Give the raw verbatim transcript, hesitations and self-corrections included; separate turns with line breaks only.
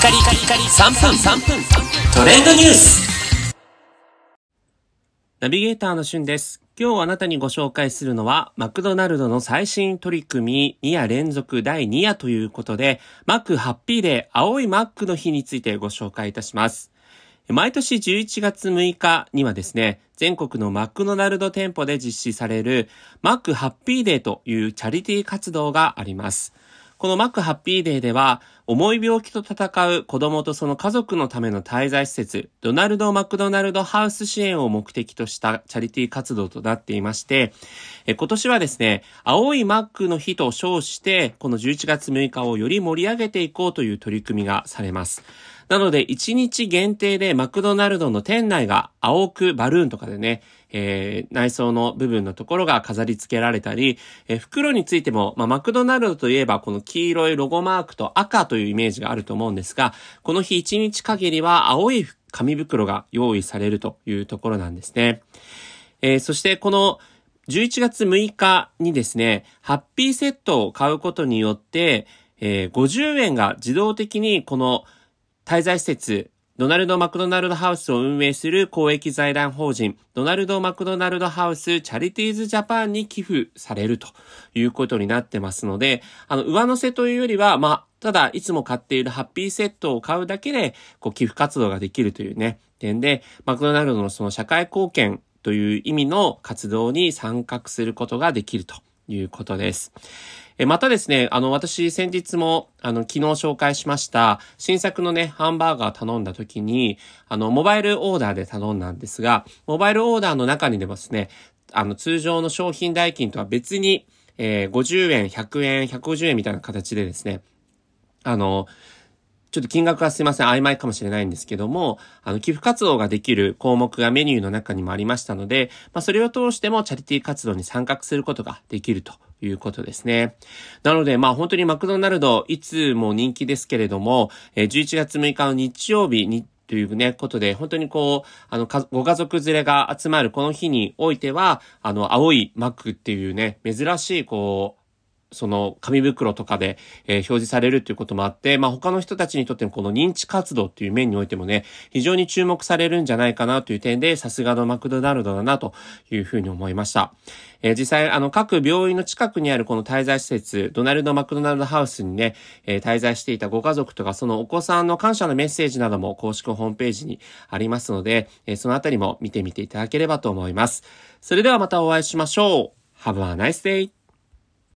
カリカリカリさんぷんさんぷんトレンドニュース。ナビゲーターのしゅんです。今日あなたにご紹介するのはマクドナルドの最新取り組みに夜連続だいに夜ということで、マックハッピーデー青いマックの日についてご紹介いたします。毎年じゅういちがつむいかにはですね、全国のマクドナルド店舗で実施されるマックハッピーデーというチャリティー活動があります。このマックハッピーデーでは、重い病気と闘う子供とその家族のための滞在施設、ドナルド・マクドナルド・ハウス支援を目的としたチャリティー活動となっていまして、え今年はですね、青いマックの日と称して、このじゅういちがつむいかをより盛り上げていこうという取り組みがされます。なので、いちにち限定でマクドナルドの店内が青くバルーンとかでね、えー、内装の部分のところが飾り付けられたり、えー、袋についても、まあ、マクドナルドといえばこの黄色いロゴマークと赤というイメージがあると思うんですが、この日いちにち限りは青い紙袋が用意されるというところなんですね。えー、そしてこのじゅういちがつむいかにですね、ハッピーセットを買うことによって、えー、ごじゅうえんが自動的にこの滞在施設、ドナルド・マクドナルド・ハウスを運営する公益財団法人、ドナルド・マクドナルド・ハウス・チャリティーズ・ジャパンに寄付されるということになってますので、あの、上乗せというよりは、まあ、ただ、いつも買っているハッピーセットを買うだけで、こう、寄付活動ができるというね、点で、マクドナルドのその社会貢献という意味の活動に参画することができるということです。え、またですね、あの、私、先日も、あの、昨日紹介しました、新作のね、ハンバーガー頼んだ時に、あの、モバイルオーダーで頼んだんですが、モバイルオーダーの中にでもですね、あの、通常の商品代金とは別に、えー、ごじゅうえん、ひゃくえん、ひゃくごじゅうえんみたいな形でですね、あの、ちょっと金額はすいません、曖昧かもしれないんですけども、あの、寄付活動ができる項目がメニューの中にもありましたので、まあ、それを通してもチャリティー活動に参画することができるということですね。なので、まあ、本当にマクドナルド、いつも人気ですけれども、じゅういちがつむいかの日曜日に、というね、ことで、本当にこう、あの、ご家族連れが集まるこの日においては、あの、青いマックっていうね、珍しい、こう、その紙袋とかで、えー、表示されるということもあって、まあ他の人たちにとってのこの認知活動っていう面においてもね、非常に注目されるんじゃないかなという点で、さすがのマクドナルドだなというふうに思いました。えー、実際、あの各病院の近くにあるこの滞在施設、ドナルド・マクドナルドハウスにね、えー、滞在していたご家族とか、そのお子さんの感謝のメッセージなども公式ホームページにありますので、えー、そのあたりも見てみていただければと思います。それではまたお会いしましょう。Have a nice day!